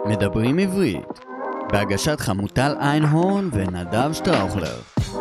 מדברים עברית, בהגשת חמוטל איינהורן ונדב שטראוכלר.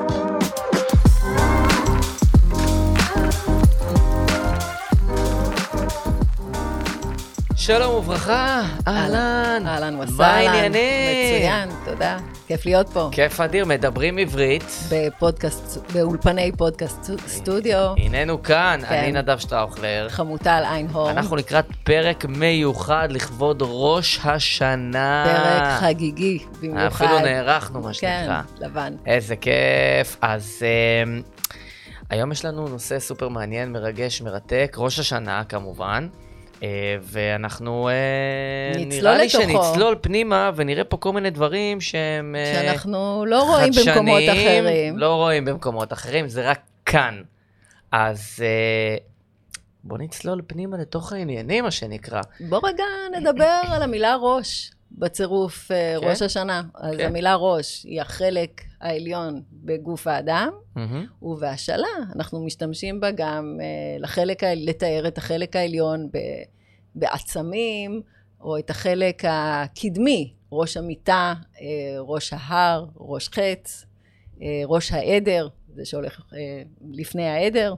שלום וברכה, אהלן. אהלן וסהלן. מה העניינים? מצוין, תודה. כיף להיות פה. כיף אדיר, מדברים עברית. באולפני פודקאסט סטודיו. הננו כאן, כן. אני נדב שטראוכלר. חמוטל איינהורן. אנחנו לקראת פרק מיוחד לכבוד ראש השנה. פרק חגיגי במיוחד. אפילו נערכנו, מה שנקרא. כן, לבן. איזה כיף. אז היום יש לנו נושא סופר מעניין, מרגש, מרתק. ראש השנה כמובן. ואנחנו נראה לי שנצלול פנימה ונראה פה כל מיני דברים שהם שאנחנו לא רואים במקומות אחרים. לא רואים במקומות אחרים, זה רק כאן. אז בוא נצלול פנימה לתוך העניינים, מה שנקרא. בוא רגע נדבר על המילה ראש בצירוף ראש השנה. אז המילה ראש היא החלק העליון בגוף האדם, ובהשאלה אנחנו משתמשים בה גם לתאר את החלק העליון בעצמים, או את החלק הקדמי, ראש המיטה, ראש ההר, ראש חץ, ראש העדר, זה שהולך לפני העדר.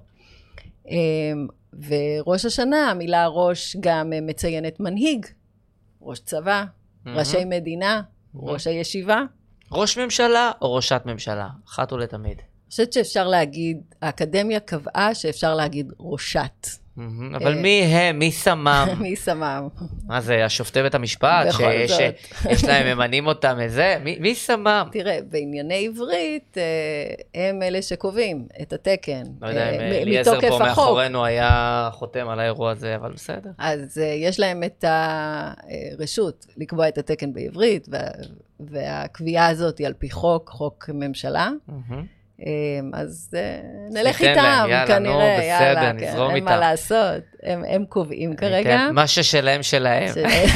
וראש השנה, המילה ראש גם מציינת מנהיג, ראש צבא, ראשי מדינה, ראש הישיבה. ראש ממשלה או ראשת ממשלה? אחת ולתמיד. אני חושבת שאפשר להגיד, האקדמיה קבעה שאפשר להגיד ראשת. אבל מי הם? מי שמם? מי שמם? מה זה, השופטי בית המשפט? שיש להם, ממנים אותם איזה? מי שמם? תראה, בענייני עברית, הם אלה שקובעים את התקן. לא יודע אם אליעזר פה מאחורינו היה חותם על האירוע הזה, אבל בסדר. אז יש להם את הרשות לקבוע את התקן בעברית, והקביעה הזאת היא על פי חוק ממשלה. אז נלך איתם, כנראה, יאללה, אין מה לעשות, הם קובעים כרגע. מה ששלהם שלהם.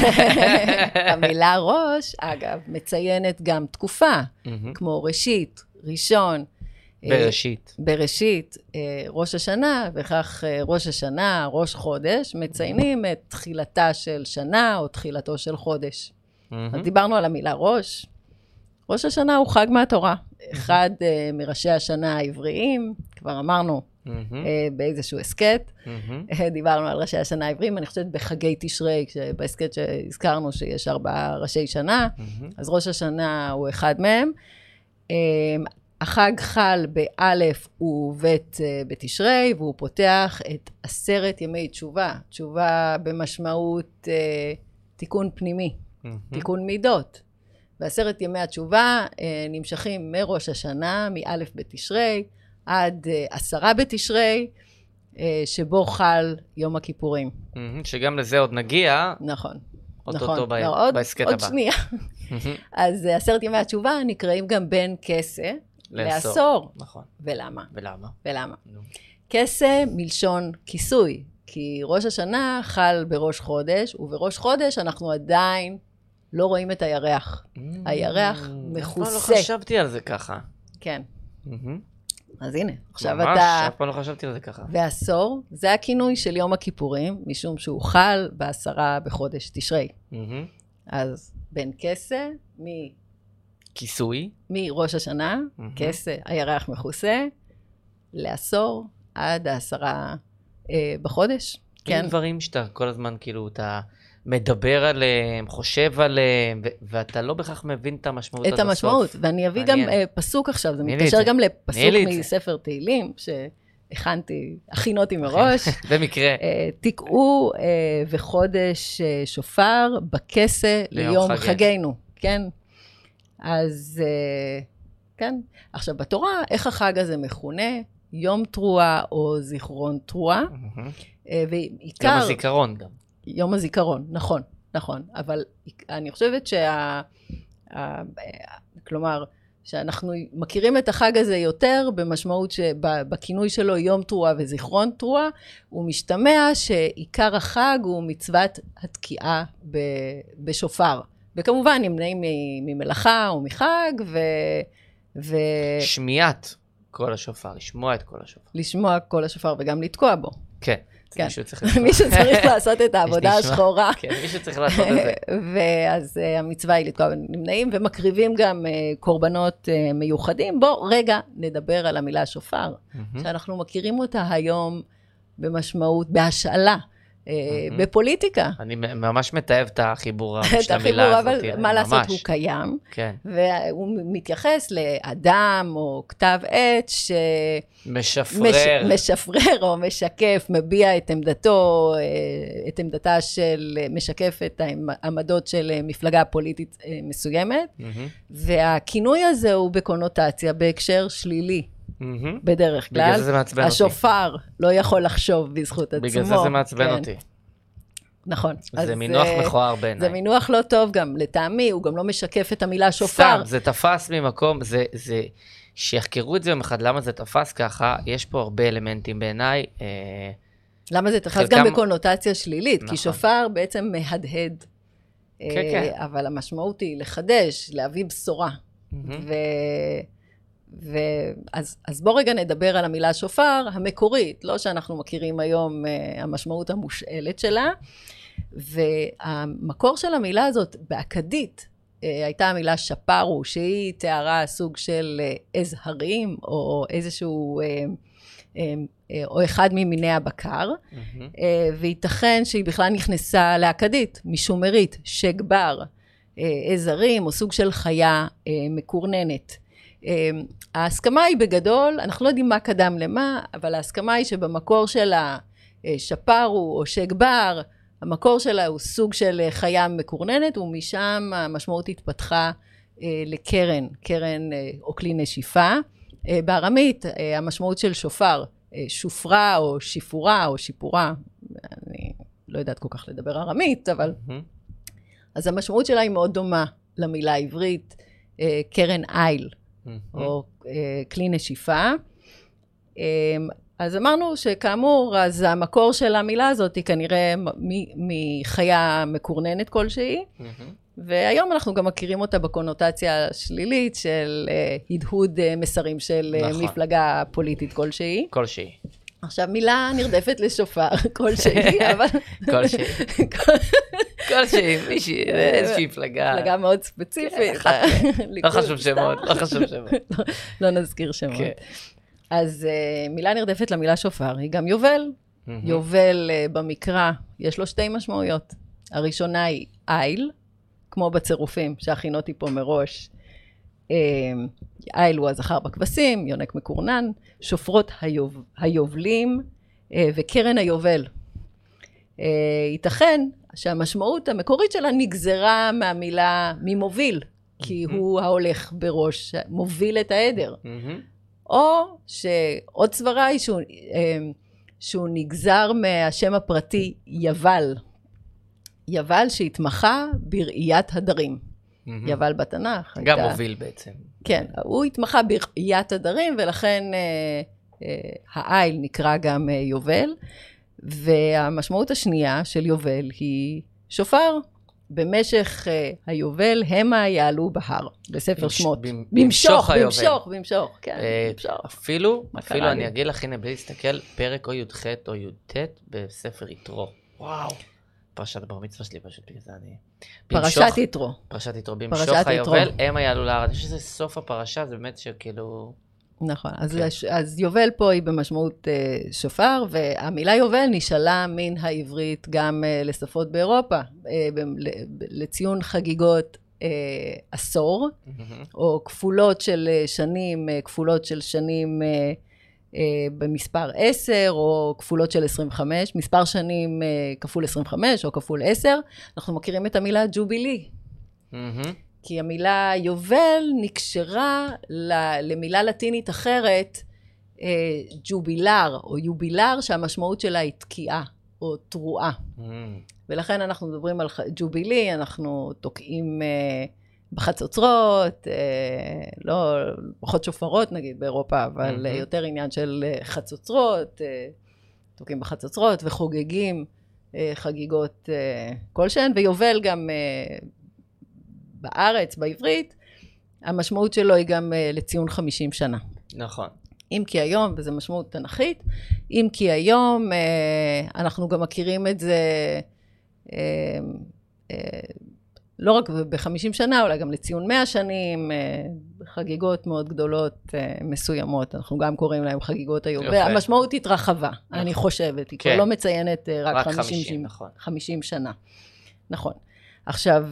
המילה ראש, אגב, מציינת גם תקופה, כמו ראשית, ראשון. בראשית, ראש השנה, וכך ראש השנה, ראש חודש, מציינים את תחילתה של שנה או תחילתו של חודש. אז דיברנו על המילה ראש. ראש השנה הוא חג מהתורה. אחד מראשי השנה העבריים, כבר אמרנו באיזשהו הסקט, דיברנו על ראשי השנה העבריים, אני חושבת בחגי תשרי, בהסקט שהזכרנו שיש 4 ראשי שנה, אז ראש השנה הוא אחד מהם. החג חל באלף ובית בתשרי, והוא פותח את 10 ימי תשובה, תשובה במשמעות תיקון פנימי, תיקון מידות. ו10 ימי התשובה נמשכים מראש השנה, מאלף בתשרי, עד 10 בתשרי, שבו חל יום הכיפורים. שגם לזה עוד נגיע. נכון. אותו בהסקט הבא. עוד שנייה. אז 10 ימי התשובה נקראים גם בין כסה לעשור. נכון. ולמה? ולמה? כסה מלשון כיסוי, כי ראש השנה חל בראש חודש, ובראש חודש אנחנו עדיין לא רואים את הירח. הירח מכוסה. אף פעם לא חשבתי על זה ככה. כן. אז הנה, עכשיו ממש, אתה... אף פעם לא חשבתי על זה ככה. ועשור, זה הכינוי של יום הכיפורים, משום שהוא חל ב10 בחודש תשרי. אז בין כסה, כיסוי. מראש השנה, כסה, הירח מכוסה, לעשור עד 10 בחודש. כן. דברים שאתה כל הזמן כאילו אתה מדבר עליהם, חושב עליהם, ואתה לא בכך מבין את המשמעות עד הסוף. את המשמעות, ואני אביא גם פסוק עכשיו, זה מתקשר גם לפסוק מספר תהילים, הכינותי מראש. במקרה. תקעו וחודש שופר בכסה ליום חגנו, כן? אז כן. עכשיו בתורה, איך החג הזה מכונה? יום תרועה או זיכרון תרועה. יום הזיכרון גם. יום הזיכרון, נכון. אבל אני חושבת כלומר, שאנחנו מכירים את החג הזה יותר במשמעות שבכינוי שלו יום תרועה וזיכרון תרועה, הוא משתמע שעיקר החג הוא מצוות התקיעה בשופר. וכמובן נמנעים ממלאכה או מחג שמיעת כל השופר, לשמוע את כל השופר. לשמוע כל השופר וגם לתקוע בו. כן. כן. מישהו צריך לעשות. מישהו צריך לעשות את העבודה השחורה. כן, מישהו צריך לעשות את זה. ואז המצווה היא לתקוע נמנעים, ומקריבים גם קורבנות מיוחדים. בוא רגע נדבר על המילה שופר, שאנחנו מכירים אותה היום במשמעות, בהשאלה. בפוליטיקה. אני ממש מתאהב את החיבור של המילה הזאת. אבל מה לעשות, הוא קיים. כן. והוא מתייחס לאדם או כתב עת משפרר או משקף, מביע את עמדתו, את עמדתה של, משקף את העמדות של מפלגה פוליטית מסוימת. והכינוי הזה הוא בקונוטציה, בהקשר שלילי. בדרך כלל. בגלל זה מעצבן אותי. השופר לא יכול לחשוב בזכות עצמו. בגלל זה מעצבן אותי. נכון. זה מינוח מכוער בעיניי. זה מינוח לא טוב גם לטעמי, הוא גם לא משקף את המילה שופר. סתם, זה תפס ממקום, שיחקרו את זה יום אחד, למה זה תפס ככה, יש פה הרבה אלמנטים בעיניי. למה זה תפס גם בקונוטציה שלילית, כי שופר בעצם מהדהד. כן. אבל המשמעות היא לחדש, להביא בשורה. אז בוא רגע נדבר על המילה שופר המקורית, לא שאנחנו מכירים היום המשמעות המושאלת שלה, והמקור של המילה הזאת באכדית הייתה המילה שפרו, שהיא תיארה סוג של עז הרים או איזשהו, או אחד ממיני הבקר, וייתכן שהיא בכלל נכנסה לאכדית, משומרית, שגבר, עז הרים או סוג של חיה מקורננת. ההסכמה היא בגדול, אנחנו לא יודעים מה קדם למה, אבל ההסכמה היא שבמקור של השפרו או שגבר, המקור שלה הוא סוג של חיה מקורננת, ומשם המשמעות התפתחה לקרן, קרן או כלי נשיפה. בארמית המשמעות של שופר, שופרה או שיפורה או שיפורה, אני לא יודעת כל כך לדבר ארמית, אבל אז המשמעות שלה היא מאוד דומה למילה העברית, קרן איל. או כלי נשיפה. אז אמרנו שכאמור, אז המקור של המילה הזאת היא כנראה מחיה מקורננת כלשהי, והיום אנחנו גם מכירים אותה בקונוטציה השלילית של הדהוד מסרים של מפלגה פוליטית כלשהי. כלשהי. עכשיו, מילה נרדפת לשופר כלשהי, אבל... כלשהי. כלשהי, מישהי, איזושהי מפלגה. מפלגה מאוד ספציפית. לא חשוב שמות, לא חשוב שמות. לא נזכיר שמות. אז מילה נרדפת למילה שופר, היא גם יובל. יובל במקרא, יש לו שתי משמעויות. הראשונה היא איל, כמו בצירופים שהכינותי פה מראש. איל הוא הזכר בכבשים, יונק מקורנן, שופרות היובלים וקרן היובל. ייתכן שהמשמעות המקורית שלה נגזרה מהמילה ממוביל, כי הוא ההולך בראש, מוביל את העדר. או שעוד סברה היא שהוא נגזר מהשם הפרטי יבל. יבל שהתמחה בראיית הדרים. יבל בתנ"ך. גם מוביל בעצם. כן, הוא התמחה בראיית הדרים, ולכן האיל נקרא גם יובל. והמשמעות השנייה של יובל היא שופר. במשך היובל המה יעלו בהר, בספר שמות. במשוך, כן. אפילו אני אגיד לך, הנה, בלי להסתכל, פרק או י"ח או י"ט בספר יתרו. וואו. פרשת הבר מצווה שלי פשוט בגלל זה אני... פרשת יתרו. פרשת יתרו. במשוך היובל, המה יעלו להר. אני חושב שזה סוף הפרשה, זה באמת שכאילו... נכון, אז יובל פה היא במשמעות שופר, והמילה יובל נשאלה מן העברית גם לשפות באירופה, לציון חגיגות עשור, או כפולות של שנים במספר 10, או כפולות של 25, מספר שנים כפול 25, או כפול 10, אנחנו מכירים את המילה ג'ובילי. כי המילה יובל נקשרה למילה לטינית אחרת, ג'ובילר או יובילר, שהמשמעות שלה היא תקיעה או תרועה. ולכן אנחנו מדברים על ג'ובילי, אנחנו תוקעים בחצוצרות, לא, פחות שופרות נגיד באירופה, אבל יותר עניין של חצוצרות, תוקעים בחצוצרות וחוגגים חגיגות כלשהן, ויובל גם בארץ, בעברית, המשמעות שלו היא גם לציון 50 שנה. נכון. אם כי היום, וזו משמעות תנכית, אם כי היום אנחנו גם מכירים את זה לא רק ב-50 שנה, אולי גם לציון 100 שנים, חגיגות מאוד גדולות מסוימות, אנחנו גם קוראים להם חגיגות היובל, המשמעות התרחבה, אני חושבת, היא כבר לא מציינת רק 50 שנה. נכון. עכשיו,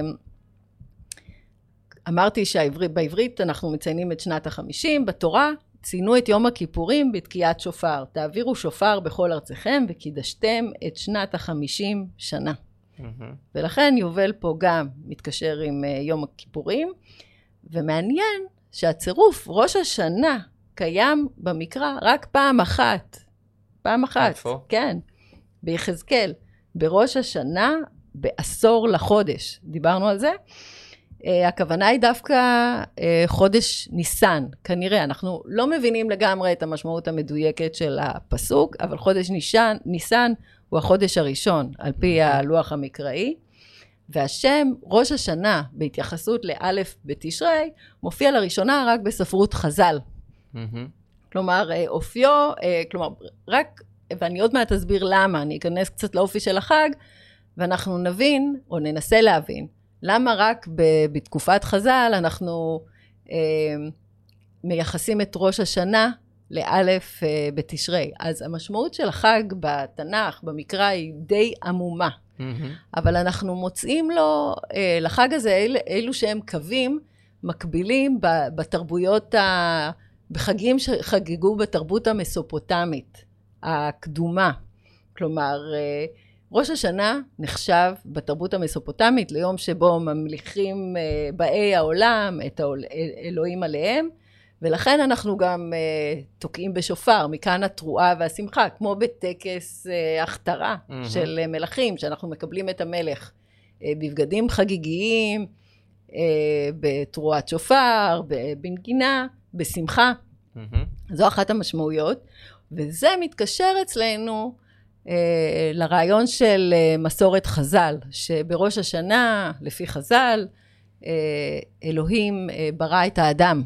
אמרתי שבעברית אנחנו מציינים את שנת ה-50, בתורה ציינו את יום הכיפורים בתקיעת שופר, תעבירו שופר בכל ארציכם וקידשתם את שנת ה-50 שנה. ולכן יובל פה גם מתקשר עם יום הכיפורים, ומעניין שהצירוף ראש השנה קיים במקרא רק פעם אחת. פעם אחת. איפה? כן, ביחזקאל, בראש השנה בעשור לחודש. דיברנו על זה? הכוונה היא דווקא חודש ניסן, כנראה. אנחנו לא מבינים לגמרי את המשמעות המדויקת של הפסוק, אבל חודש ניסן הוא החודש הראשון, על פי הלוח המקראי, והשם ראש השנה בהתייחסות לאלף בתשרי, מופיע לראשונה רק בספרות חז"ל. כלומר, אופיו, כלומר, רק, ואני עוד מעט אסביר למה, אני אכנס קצת לאופי של החג, ואנחנו נבין, או ננסה להבין, למה רק בתקופת חז"ל אנחנו מייחסים את ראש השנה לאלף בתשרי. אז המשמעות של החג בתנ"ך, במקרא, היא די עמומה. אבל אנחנו מוצאים לו, לחג הזה, אלו שהם קווים מקבילים בתרבויות, בחגים שחגגו בתרבות המסופוטמית, הקדומה. כלומר, ראש השנה נחשב בתרבות המסופוטמית ליום שבו ממליכים באי העולם את האלוהים עליהם, ולכן אנחנו גם תוקעים בשופר, מכאן התרועה והשמחה, כמו בטקס הכתרה של מלכים, שאנחנו מקבלים את המלך בבגדים חגיגיים, בתרועת שופר, בנגינה, בשמחה. זו אחת המשמעויות, וזה מתקשר אצלנו לרעיון של מסורת חז"ל, שבראש השנה, לפי חז"ל, אלוהים ברא את האדם.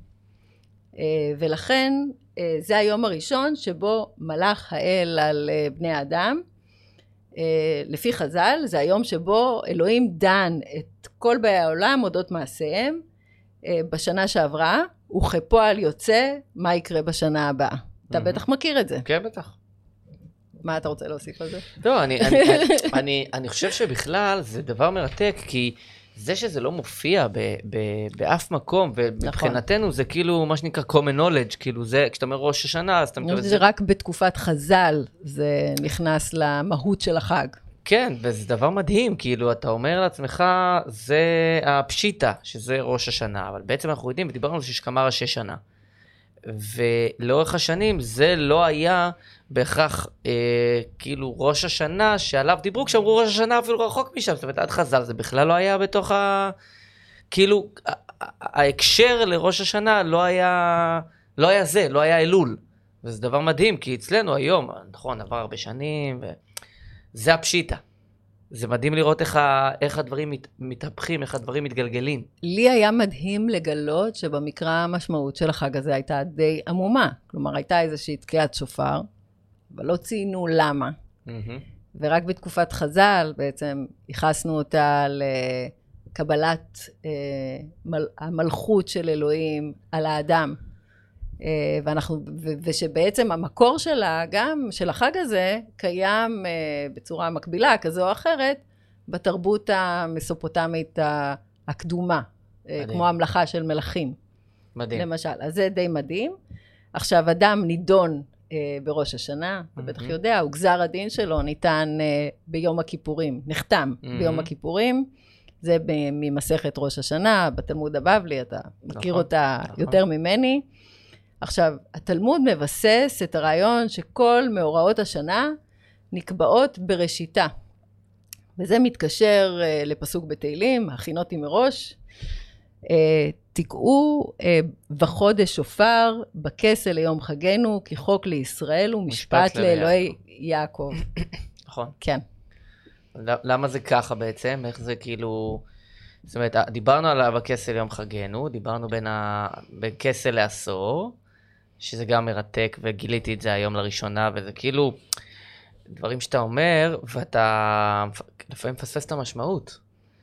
ולכן זה היום הראשון שבו מלך האל על בני האדם. לפי חז"ל זה היום שבו אלוהים דן את כל באי העולם אודות מעשיהם בשנה שעברה, וכפועל יוצא מה יקרה בשנה הבאה. אתה בטח מכיר את זה. כן, בטח. מה אתה רוצה להוסיף על זה? לא, אני חושב שבכלל זה דבר מרתק, כי זה שזה לא מופיע באף מקום, ומבחינתנו זה כאילו מה שנקרא common knowledge, כאילו זה, כשאתה אומר ראש השנה, אז אתה מקבל את זה. זה רק בתקופת חז"ל, זה נכנס למהות של החג. כן, וזה דבר מדהים, כאילו אתה אומר לעצמך, זה הפשיטה, שזה ראש השנה, אבל בעצם אנחנו יודעים, ודיברנו על שיש כמה ראשי שנה. ולאורך השנים זה לא היה בהכרח כאילו ראש השנה שעליו דיברו, כשאמרו ראש השנה אפילו רחוק משם, זאת אומרת עד חז"ל זה בכלל לא היה בתוך כאילו ההקשר לראש השנה לא היה זה, לא היה אלול, וזה דבר מדהים, כי אצלנו היום, נכון, עבר הרבה שנים, וזה הפשיטה. זה מדהים לראות איך הדברים מתהפכים, איך הדברים מתגלגלים. לי היה מדהים לגלות שבמקרא המשמעות של החג הזה הייתה די עמומה. כלומר, הייתה איזושהי תקיעת שופר, אבל לא ציינו למה. ורק בתקופת חז"ל בעצם ייחסנו אותה לקבלת המלכות של אלוהים על האדם. ושבעצם המקור שלה, גם של החג הזה, קיים בצורה מקבילה כזו או אחרת, בתרבות המסופוטמית הקדומה, כמו המלאכה של מלכים. מדהים. למשל, אז זה די מדהים. עכשיו, אדם נידון בראש השנה, אתה בטח יודע, הוא גזר הדין שלו ניתן ביום הכיפורים, נחתם ביום הכיפורים, זה ממסכת ראש השנה, בתלמוד הבבלי, אתה מכיר אותה יותר ממני. עכשיו, התלמוד מבסס את הרעיון שכל מאורעות השנה נקבעות בראשיתה. וזה מתקשר לפסוק בתהילים, הכינותי מראש, תקעו בחודש שופר, בכסל ליום חגנו, כי חוק לישראל ומשפט לאלוהי יעקב. נכון. כן. למה זה ככה בעצם? איך זה כאילו... זאת אומרת, דיברנו על בכסל ליום חגנו, דיברנו בין כסל לעשור, שזה גם מרתק, וגיליתי את זה היום לראשונה, וזה כאילו דברים שאתה אומר, ואתה לפעמים מפספס את המשמעות.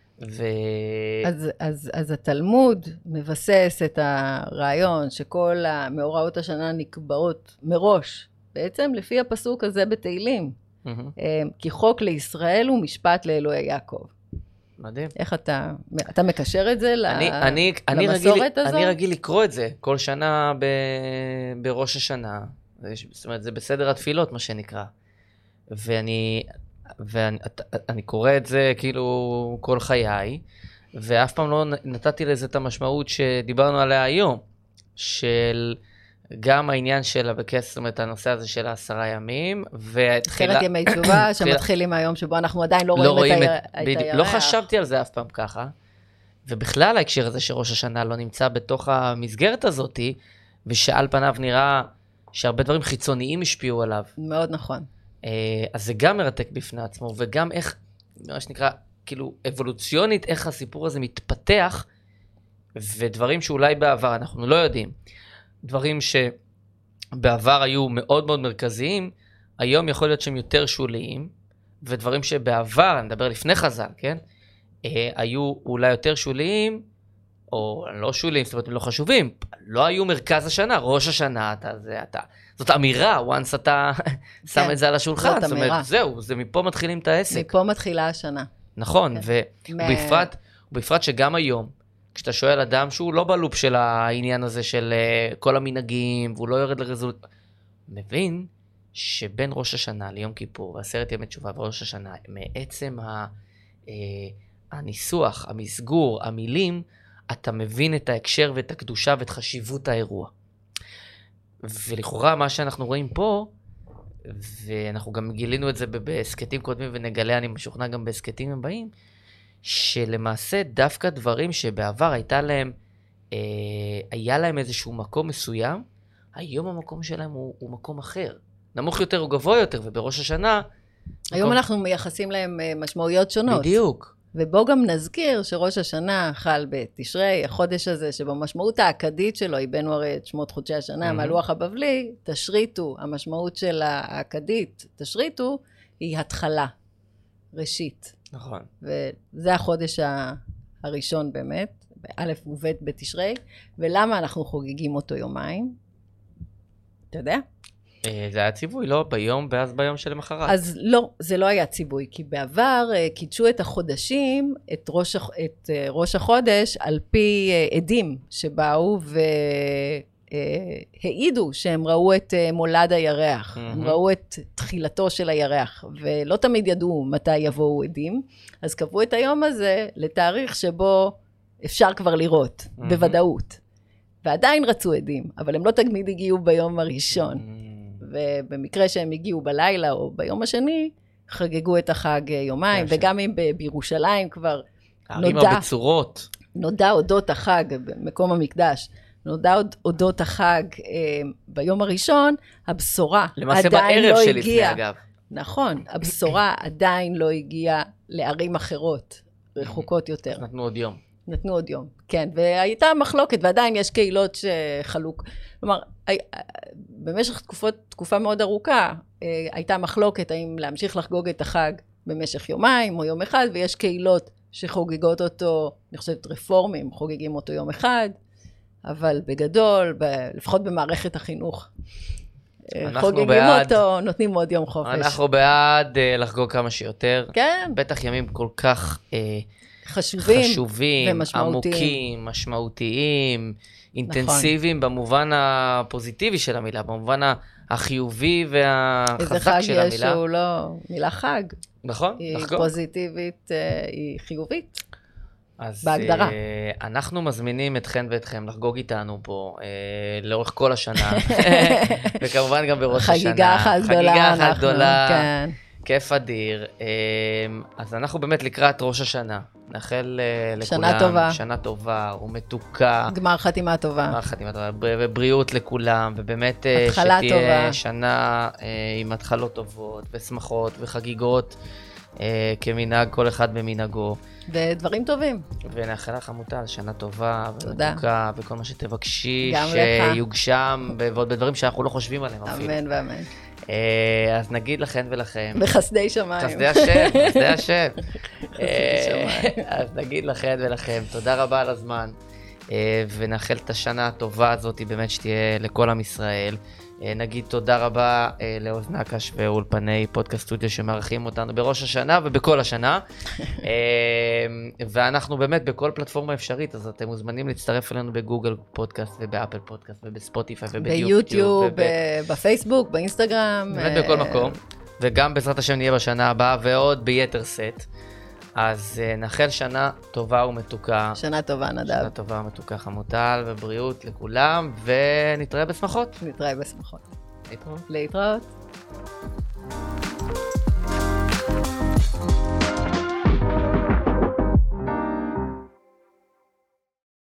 אז התלמוד מבסס את הרעיון שכל מאורעות השנה נקבעות מראש, בעצם לפי הפסוק הזה בתהילים. כי חוק לישראל הוא משפט לאלוהי יעקב. מדהים. איך אתה מקשר את זה למסורת הזאת? אני רגיל לקרוא את זה כל שנה בראש השנה. זאת אומרת, זה בסדר התפילות, מה שנקרא. ואני קורא את זה כאילו כל חיי, ואף פעם לא נתתי לזה את המשמעות שדיברנו עליה היום, של גם העניין של הבקס, זאת אומרת, הנושא הזה של 10 ימים, תחילת ימי תשובה, שמתחילים מהיום שבו אנחנו עדיין לא רואים את הירח. לא חשבתי על זה אף פעם ככה, ובכלל ההקשר הזה שראש השנה לא נמצא בתוך המסגרת הזאת, ושעל פניו נראה שהרבה דברים חיצוניים השפיעו עליו. מאוד נכון. אז זה גם מרתק בפני עצמו, וגם איך, מה שנקרא, כאילו, אבולוציונית, איך הסיפור הזה מתפתח, ודברים שאולי בעבר, אנחנו לא יודעים, דברים שבעבר היו מאוד מאוד מרכזיים, היום יכול להיות שהם יותר שוליים, ודברים שבעבר, אני מדבר לפני חז"ל, כן? היו אולי יותר שוליים, או לא שוליים, זאת אומרת, הם לא חשובים, לא היו מרכז השנה, ראש השנה, זאת אמירה, once אתה שם את זה על השולחן, זאת אומרת, זהו, זה מפה מתחילים את העסק. מפה מתחילה השנה. נכון, ובפרט שגם היום, כשאתה שואל אדם שהוא לא בלופ של העניין הזה של כל המנהגים, והוא לא יורד לרזולוציה, מבין שבין ראש השנה ליום כיפור, ועשרת ימי תשובה וראש השנה, מעצם הניסוח, המסגור, המילים, אתה מבין את ההקשר ואת הקדושה ואת חשיבות האירוע. ולכאורה מה שאנחנו רואים פה, ואנחנו גם גילינו את זה בהסקטים קודמים ונגלה, אני משוכנע גם בהסקטים הבאים, שלמעשה דווקא דברים שבעבר היה להם איזשהו מקום מסוים, היום המקום שלהם הוא מקום אחר. נמוך יותר או גבוה יותר, ובראש השנה... היום אנחנו מייחסים להם משמעויות שונות. בדיוק. ובוא גם נזכיר שראש השנה חל בתשרי, החודש הזה שבמשמעות האכדית שלו, הבאנו הרי את שמות חודשי השנה מהלוח הבבלי, תשריטו, המשמעות של האכדית, תשריטו, היא התחלה, ראשית. נכון. וזה החודש הראשון באמת, באלף ובית בתשרי, ולמה אנחנו חוגגים אותו יומיים? אתה יודע? זה היה ציווי, לא? ביום, ואז ביום שלמחרת. אז לא, זה לא היה ציווי, כי בעבר קידשו את החודשים, את ראש החודש, על פי עדים שבאו והעידו שהם ראו את מולד הירח, הם ראו את תחילתו של הירח, ולא תמיד ידעו מתי יבואו עדים, אז קבעו את היום הזה לתאריך שבו אפשר כבר לראות, בוודאות. ועדיין רצו עדים, אבל הם לא תמיד הגיעו ביום הראשון. ובמקרה שהם הגיעו בלילה או ביום השני, חגגו את החג יומיים, וגם אם בירושלים כבר נודע אודות החג במקום המקדש, נודע אודות החג ביום הראשון, הבשורה עדיין לא הגיעה. למעשה בערב שלפני אגב. נכון, הבשורה עדיין לא הגיעה לערים אחרות, רחוקות יותר. נתנו עוד יום, כן, והייתה מחלוקת, ועדיין יש קהילות שחלוק, כלומר, במשך תקופה מאוד ארוכה, הייתה מחלוקת האם להמשיך לחגוג את החג במשך יומיים או יום אחד, ויש קהילות שחוגגות אותו, אני חושבת רפורמים, חוגגים אותו יום אחד, אבל בגדול, לפחות במערכת החינוך, חוגגים אותו, נותנים עוד יום חופש. אנחנו בעד לחגוג כמה שיותר. כן. בטח ימים כל כך... חשובים עמוקים, משמעותיים, אינטנסיביים במובן הפוזיטיבי של המילה, במובן החיובי והחזק של המילה. איזה חג יש שהוא לא מילה חג. נכון, היא לחגוג. פוזיטיבית, היא חיובית. אז בהגדרה. אנחנו מזמינים אתכן ואתכם לחגוג איתנו פה לאורך כל השנה, וכמובן גם בראש השנה. חגיגה אחת גדולה. כן. כיף אדיר. אז אנחנו באמת לקראת ראש השנה. נאחל לכולם שנה טובה ומתוקה. גמר חתימה טובה. ובריאות לכולם, ובאמת שתהיה שנה עם התחלות טובות ושמחות וחגיגות, כמנהג, כל אחד במנהגו. ודברים טובים. ונאחל לך חמוטל, שנה טובה ומתוקה, וכל מה שתבקשי, שיוגשם, ועוד בדברים שאנחנו לא חושבים עליהם אפילו. אמן ואמן. אז נגיד לכן ולכם. בחסדי שמיים. חסדי השם, חסדי השם. אז נגיד לכן ולכם, תודה רבה על הזמן, ונאחל את השנה הטובה הזאת, באמת שתהיה לכל עם ישראל. נגיד תודה רבה לעוז נקש ואולפני פודקאסט סטודיו שמארחים אותנו בראש השנה ובכל השנה. ואנחנו באמת בכל פלטפורמה אפשרית, אז אתם מוזמנים להצטרף אלינו בגוגל פודקאסט ובאפל פודקאסט ובספוטיפיי וביוטיוב, בפייסבוק, באינסטגרם. באמת בכל מקום. וגם בעזרת השם נהיה בשנה הבאה ועוד ביתר סט. אז נאחל שנה טובה ומתוקה. שנה טובה, נדב. שנה טובה ומתוקה, חמוטל, ובריאות לכולם, ונתראה בשמחות. נתראה בשמחות. להתראות. להתראות.